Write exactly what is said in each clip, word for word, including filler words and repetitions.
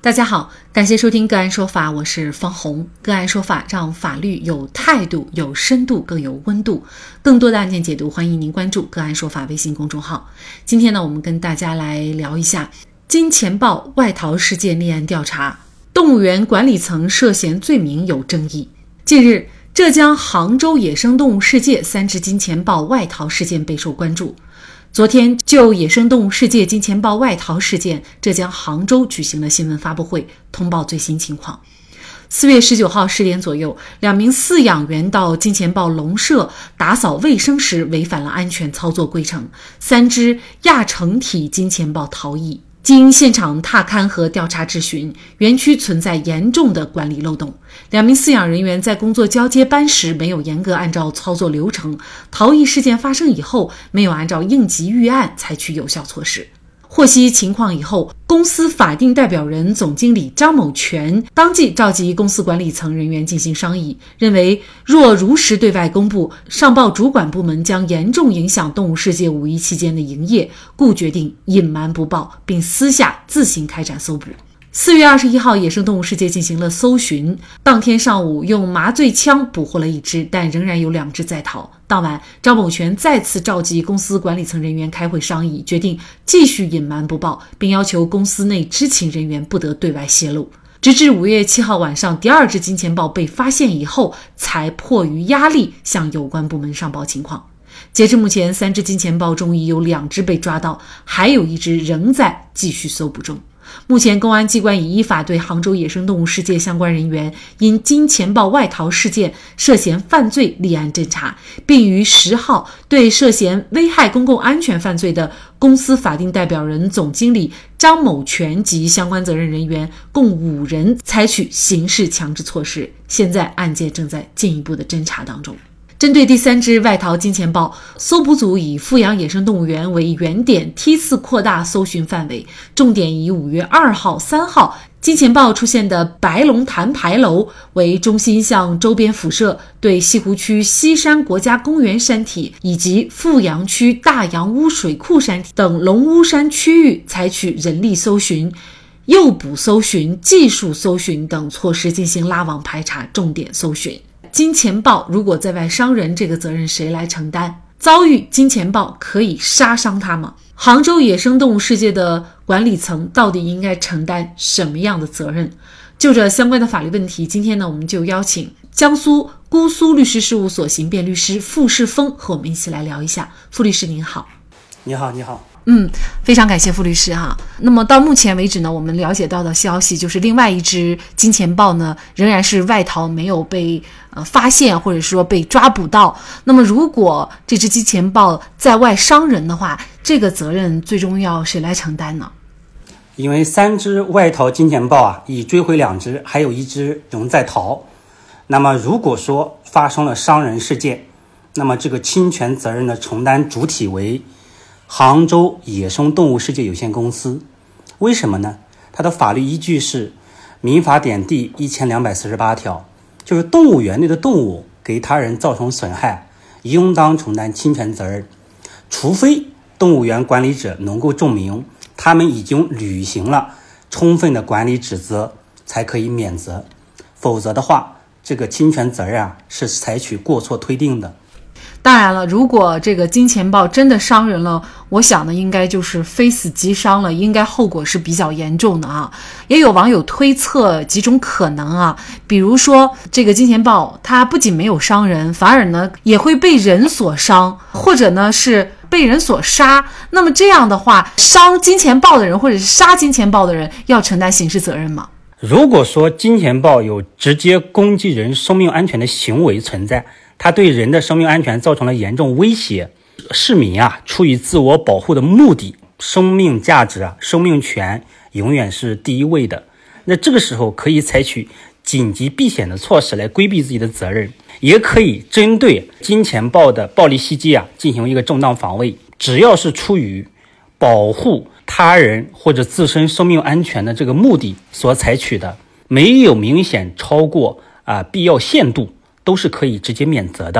大家好，感谢收听个案说法，我是方红。个案说法让法律有态度、有深度、更有温度。更多的案件解读，欢迎您关注个案说法微信公众号。今天呢，我们跟大家来聊一下金钱豹外逃事件立案调查，动物园管理层涉嫌罪名有争议。近日，浙江杭州野生动物世界三只金钱豹外逃事件备受关注。昨天就野生动物世界金钱豹外逃事件，浙江杭州举行了新闻发布会，通报最新情况。四月十九号十点左右，两名饲养员到金钱豹笼舍打扫卫生时违反了安全操作规程，三只亚成体金钱豹逃逸。经现场踏勘和调查质询，园区存在严重的管理漏洞。两名饲养人员在工作交接班时没有严格按照操作流程，逃逸事件发生以后没有按照应急预案采取有效措施。获悉情况以后，公司法定代表人总经理张某全当即召集公司管理层人员进行商议，认为若如实对外公布，上报主管部门将严重影响动物世界五一期间的营业，故决定隐瞒不报，并私下自行开展搜捕。四月二十一号，野生动物世界进行了搜寻，当天上午用麻醉枪捕获了一只，但仍然有两只在逃。当晚，张某全再次召集公司管理层人员开会商议，决定继续隐瞒不报，并要求公司内知情人员不得对外泄露。直至五月七号晚上，第二只金钱豹被发现以后，才迫于压力向有关部门上报情况。截至目前，三只金钱豹中已有两只被抓到，还有一只仍在继续搜捕中。目前公安机关已依法对杭州野生动物世界相关人员因金钱豹外逃事件涉嫌犯罪立案侦查，并于十号对涉嫌危害公共安全犯罪的公司法定代表人总经理张某全及相关责任人员共五人采取刑事强制措施，现在案件正在进一步的侦查当中。针对第三只外逃金钱豹，搜捕组以富阳野生动物园为原点，梯次扩大搜寻范围，重点以五月二号、三号金钱豹出现的白龙潭牌楼为中心，向周边辐射，对西湖区西山国家公园山体以及富阳区大洋屋水库山体等龙屋山区域采取人力搜寻、诱捕搜寻、技术搜寻等措施进行拉网排查，重点搜寻。金钱豹如果在外伤人，这个责任谁来承担？遭遇金钱豹可以杀伤他吗？杭州野生动物世界的管理层到底应该承担什么样的责任？就这相关的法律问题，今天呢，我们就邀请江苏姑苏律师事务所刑辩律师傅世峰和我们一起来聊一下。傅律师您好。 你好，你好。 嗯，非常感谢傅律师哈。那么到目前为止呢，我们了解到的消息就是另外一只金钱豹呢仍然是外逃，没有被呃发现或者说被抓捕到。那么如果这只金钱豹在外伤人的话，这个责任最终要谁来承担呢？ 因为三只外逃金钱豹啊，已追回两只，还有一只仍在逃。那么如果说发生了伤人事件，那么这个侵权责任的承担主体为杭州野生动物世界有限公司。为什么呢？它的法律依据是民法典第一千两百四十八条，就是动物园内的动物给他人造成损害，应当承担侵权责任，除非动物园管理者能够证明他们已经履行了充分的管理职责，才可以免责。否则的话，这个侵权责任啊是采取过错推定的。 当然了，如果这个金钱豹真的伤人了，我想呢，应该就是非死即伤了，应该后果是比较严重的啊。也有网友推测几种可能啊，比如说这个金钱豹它不仅没有伤人，反而呢也会被人所伤，或者呢是被人所杀。那么这样的话，伤金钱豹的人或者是杀金钱豹的人要承担刑事责任吗？ 如果说金钱豹有直接攻击人生命安全的行为存在，它对人的生命安全造成了严重威胁，市民啊出于自我保护的目的，生命价值啊生命权永远是第一位的。那这个时候可以采取紧急避险的措施来规避自己的责任，也可以针对金钱豹的暴力袭击啊进行一个正当防卫。只要是出于保护他人或者自身生命安全的这个目的所采取的，没有明显超过啊必要限度，都是可以直接免责的。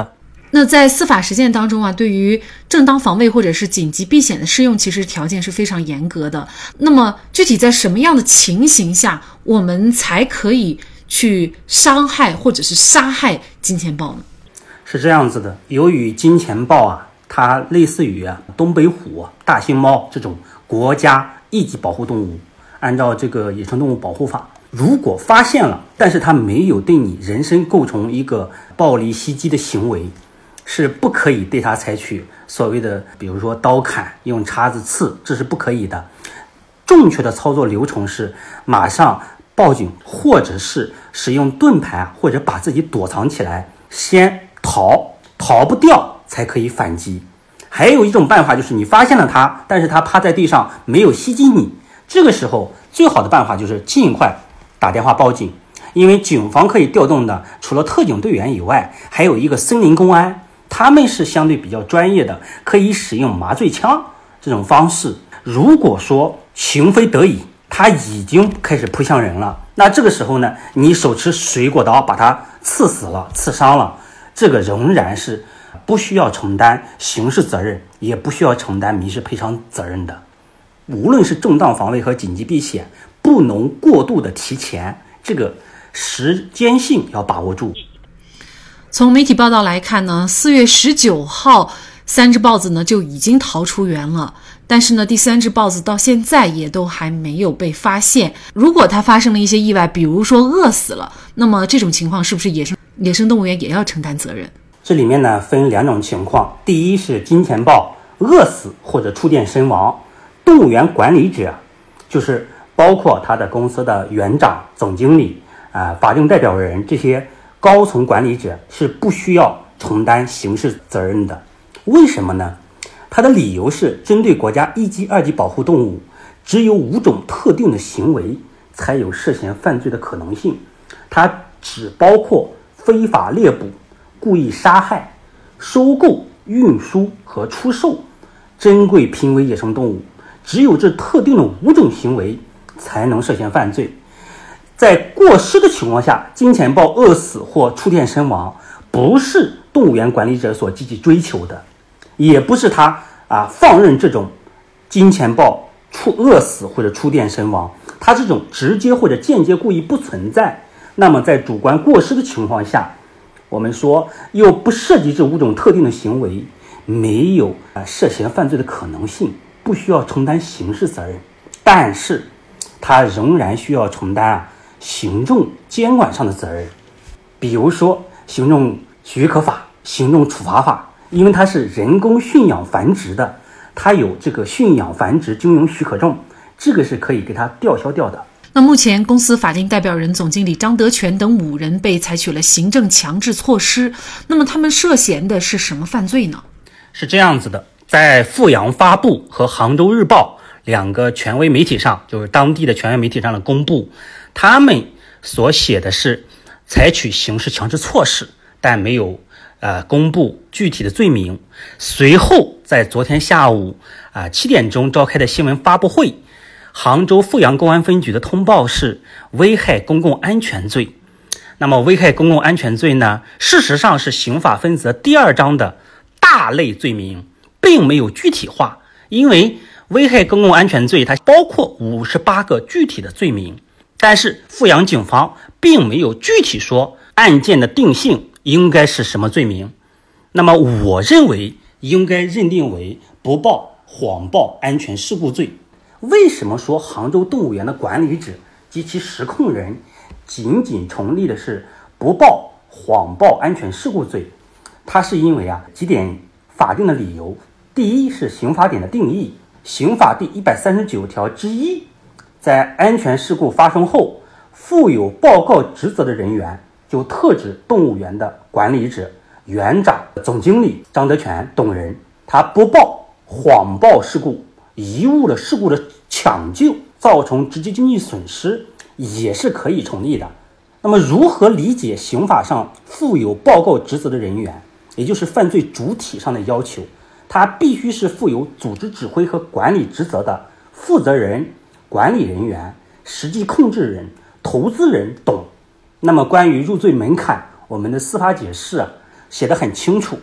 那在司法实践当中啊，对于正当防卫或者是紧急避险的适用，其实条件是非常严格的。那么具体在什么样的情形下，我们才可以去伤害或者是杀害金钱豹呢？ 是这样子的，由于金钱豹啊，它类似于啊东北虎、大星猫这种国家一级保护动物，按照这个野生动物保护法，如果发现了，但是它没有对你人身构成一个暴力袭击的行为，是不可以对它采取所谓的比如说刀砍、用叉子刺，这是不可以的。正确的操作流程是马上报警，或者是使用盾牌，或者把自己躲藏起来，先逃，逃不掉才可以反击。还有一种办法就是你发现了它，但是它趴在地上没有袭击你，这个时候最好的办法就是尽快打电话报警。因为警方可以调动的除了特警队员以外，还有一个森林公安，他们是相对比较专业的，可以使用麻醉枪这种方式。如果说情非得已，他已经开始扑向人了，那这个时候呢，你手持水果刀把他刺死了、刺伤了，这个仍然是不需要承担刑事责任，也不需要承担民事赔偿责任的。无论是正当防卫和紧急避险，不能过度的提前，这个时间性要把握住。 从媒体报道来看呢，四月十九号三只豹子呢就已经逃出园了，但是呢第三只豹子到现在也都还没有被发现。如果它发生了一些意外，比如说饿死了，那么这种情况是不是野生野生动物园也要承担责任？ 这里面呢分两种情况，第一是金钱豹饿死或者触电身亡，动物园管理者就是包括他的公司的园长、总经理啊、呃、法定代表人，这些高层管理者是不需要承担刑事责任的。为什么呢？他的理由是针对国家一级、二级保护动物，只有五种特定的行为才有涉嫌犯罪的可能性，它只包括非法猎捕、故意杀害、收购、运输和出售珍贵濒危野生动物，只有这特定的五种行为才能涉嫌犯罪。在过失的情况下，金钱豹饿死或触电身亡，不是动物园管理者所积极追求的，也不是他啊放任这种金钱豹触饿死或者触电身亡，他这种直接或者间接故意不存在。那么在主观过失的情况下，我们说又不涉及这五种特定的行为，没有啊涉嫌犯罪的可能性，不需要承担刑事责任，但是他仍然需要承担啊行政监管上的责任。比如说行政许可法、行政处罚法，因为它是人工驯养繁殖的，它有这个驯养繁殖经营许可证，这个是可以给它吊销掉的。 那目前公司法定代表人、总经理张德全等五人被采取了行政强制措施，那么他们涉嫌的是什么犯罪呢？ 是这样子的，在阜阳发布和杭州日报两个权威媒体上，就是当地的权威媒体上的公布，他们所写的是采取刑事强制措施，但没有呃公布具体的罪名。随后在昨天下午啊、呃、七点钟召开的新闻发布会，杭州阜阳公安分局的通报是危害公共安全罪。那么危害公共安全罪呢，事实上是刑法分则第二章的大类罪名，并没有具体化，因为危害公共安全罪它包括五十八个具体的罪名，但是阜阳警方并没有具体说案件的定性应该是什么罪名。那么我认为应该认定为不报、谎报安全事故罪。为什么说杭州动物园的管理者及其实控人仅仅成立的是不报、谎报安全事故罪？它是因为啊几点法定的理由。第一是刑法典的定义，刑法第一百三十九条之一，在安全事故发生后，负有报告职责的人员，就特指动物园的管理者、园长、总经理张德全等人，他不报、谎报事故，贻误了事故的抢救，造成直接经济损失，也是可以成立的。那么如何理解刑法上负有报告职责的人员，也就是犯罪主体上的要求？他必须是负有组织指挥和管理职责的负责人、管理人员、实际控制人、投资人等。那么关于入罪门槛，我们的司法解释啊写得很清楚，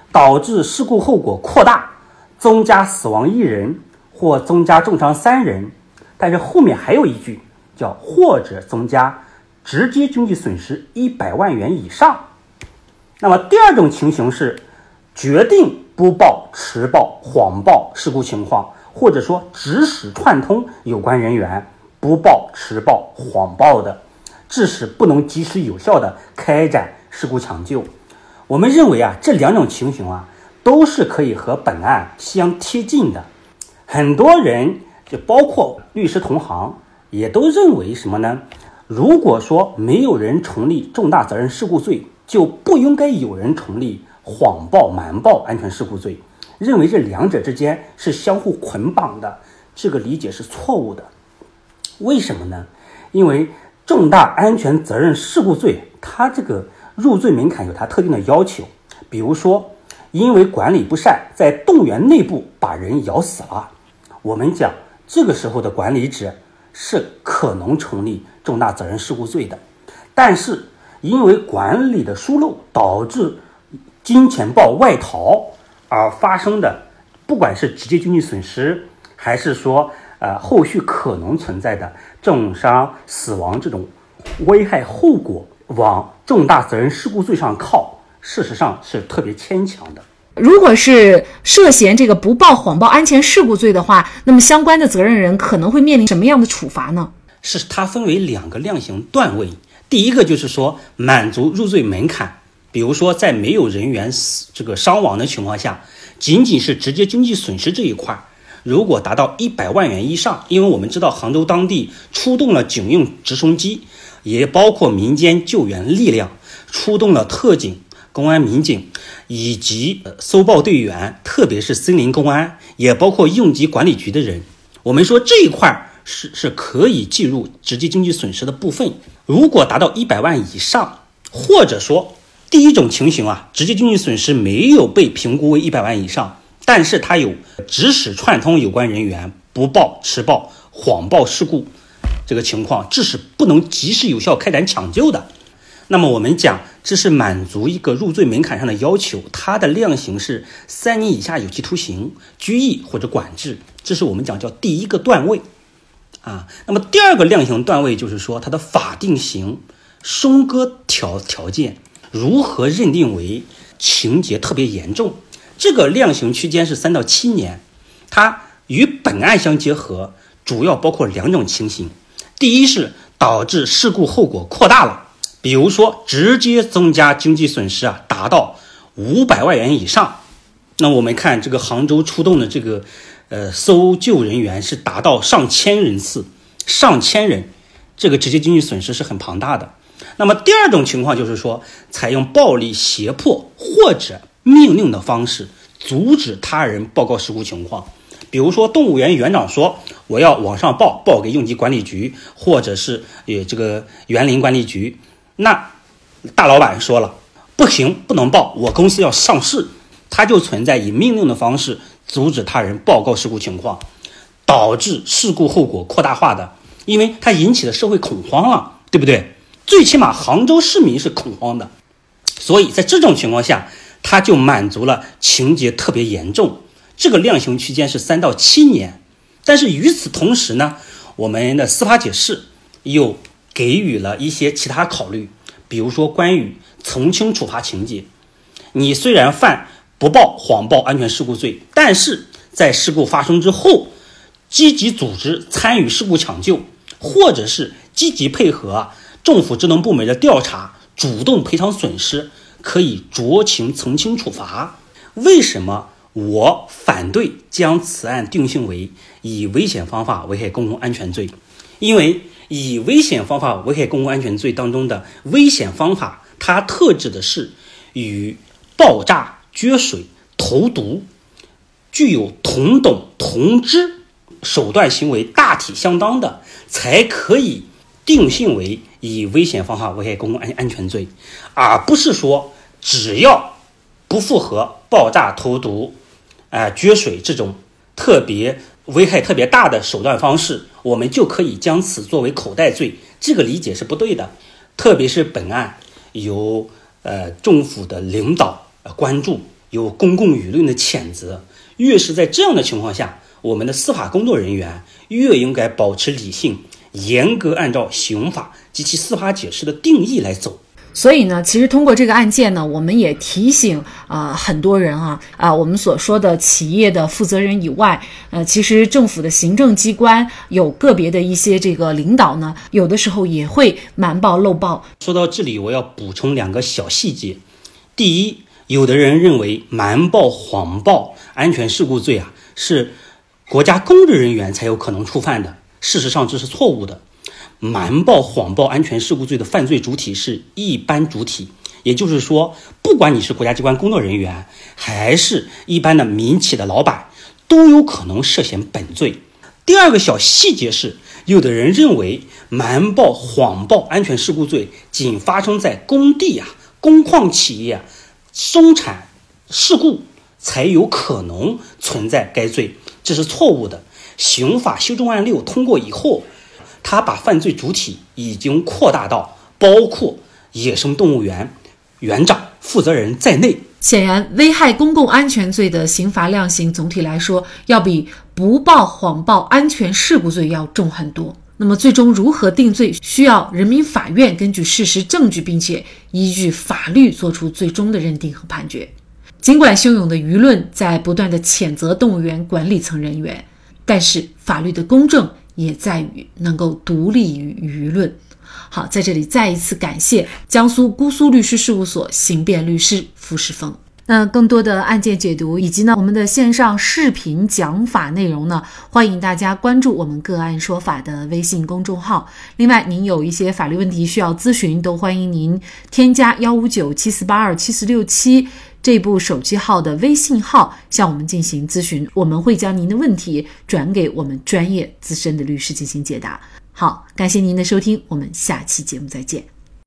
导致事故后果扩大，增加死亡一人或增加重伤三人，但是后面还有一句叫或者增加直接经济损失一百万元以上。那么第二种情形是决定不报、迟报、谎报事故情况，或者说指使串通有关人员不报、迟报、谎报的，致使不能及时有效的开展事故抢救。我们认为啊，这两种情形啊，都是可以和本案相贴近的。很多人，就包括律师同行，也都认为什么呢？如果说没有人成立重大责任事故罪，就不应该有人成立谎报、瞒报安全事故罪，认为这两者之间是相互捆绑的，这个理解是错误的。为什么呢？因为重大安全责任事故罪，它这个入罪门槛有它特定的要求，比如说因为管理不善，在动物园内部把人咬死了，我们讲这个时候的管理者是可能成立重大责任事故罪的。但是因为管理的疏漏导致金钱豹外逃而发生的，不管是直接经济损失，还是说呃后续可能存在的重伤、死亡这种危害后果，往重大责任事故罪上靠，事实上是特别牵强的。 如果是涉嫌这个不报、谎报安全事故罪的话，那么相关的责任人可能会面临什么样的处罚呢？ 是它分为两个量刑段位。第一个就是说满足入罪门槛，比如说在没有人员死这个伤亡的情况下，仅仅是直接经济损失这一块，如果达到一百万元以上，因为我们知道杭州当地出动了警用直升机，也包括民间救援力量，出动了特警、公安民警以及搜报队员，特别是森林公安，也包括应急管理局的人，我们说这一块是是可以计入直接经济损失的部分。如果达到一百万以上，或者说第一种情形啊，直接经济损失没有被评估为一百万以上，但是它有指使串通有关人员不报、迟报、谎报事故这个情况，致使不能及时有效开展抢救的，那么我们讲这是满足一个入罪门槛上的要求，它的量刑是三年以下有期徒刑、拘役或者管制，这是我们讲叫第一个段位啊。那么第二个量刑段位就是说它的法定刑收割条条件如何认定为情节特别严重，这个量刑区间是三到七年，它与本案相结合，主要包括两种情形。第一是导致事故后果扩大了，比如说直接增加经济损失啊，达到五百万元以上。那我们看这个杭州出动的这个呃搜救人员是达到上千人次，上千人，这个直接经济损失是很庞大的。那么第二种情况就是说，采用暴力胁迫或者命令的方式阻止他人报告事故情况，比如说动物园园长说我要往上报，报给应急管理局或者是呃这个园林管理局，那大老板说了不行，不能报，我公司要上市，他就存在以命令的方式阻止他人报告事故情况，导致事故后果扩大化的，因为它引起了社会恐慌了，对不对？最起码杭州市民是恐慌的，所以在这种情况下，它就满足了情节特别严重，这个量刑区间是三到七年。但是与此同时呢，我们的司法解释又给予了一些其他考虑，比如说关于从轻处罚情节，你虽然犯不报、谎报安全事故罪，但是在事故发生之后积极组织参与事故抢救，或者是积极配合政府职能部门的调查，主动赔偿损失，可以酌情从轻处罚。为什么我反对将此案定性为以危险方法危害公共安全罪？因为以危险方法危害公共安全罪当中的危险方法，它特指的是与爆炸、撅水、投毒具有同等同质手段行为大体相当的，才可以定性为以危险方法危害公共安全罪，而不是说只要不符合爆炸、投毒、呃、撅水这种特别危害特别大的手段方式，我们就可以将此作为口袋罪，这个理解是不对的。特别是本案由呃政府的领导关注， 有公共舆论的谴责。越是在这样的情况下，我们的司法工作人员越应该保持理性，严格按照刑法及其司法解释的定义来走。 所以呢，其实通过这个案件呢，我们也提醒啊、呃、很多人啊啊、呃，我们所说的企业的负责人以外，呃，其实政府的行政机关有个别的一些这个领导呢，有的时候也会瞒报漏报。 说到这里，我要补充两个小细节。第一，有的人认为瞒报、谎报安全事故罪啊是国家公职人员才有可能触犯的，事实上这是错误的。瞒报、谎报安全事故罪的犯罪主体是一般主体，也就是说，不管你是国家机关工作人员，还是一般的民企的老板，都有可能涉嫌本罪。第二个小细节是，有的人认为瞒报、谎报安全事故罪仅发生在工地啊、工矿企业、生产事故才有可能存在该罪，这是错误的。刑法修正案六通过以后，他把犯罪主体已经扩大到包括野生动物园园长、负责人在内。 显然，危害公共安全罪的刑罚量刑总体来说，要比不报、谎报安全事故罪要重很多。那么最终如何定罪，需要人民法院根据事实证据，并且依据法律做出最终的认定和判决。尽管汹涌的舆论在不断的谴责动物园管理层人员，但是法律的公正也在于能够独立于舆论。好，在这里再一次感谢江苏姑苏律师事务所刑辩律师傅世峰。那更多的案件解读以及呢我们的线上视频讲法内容呢，欢迎大家关注我们个案说法的微信公众号。另外，您有一些法律问题需要咨询，都欢迎您添加一五九七四八二七四六七这部手机号的微信号向我们进行咨询，我们会将您的问题转给我们专业资深的律师进行解答。好，感谢您的收听，我们下期节目再见。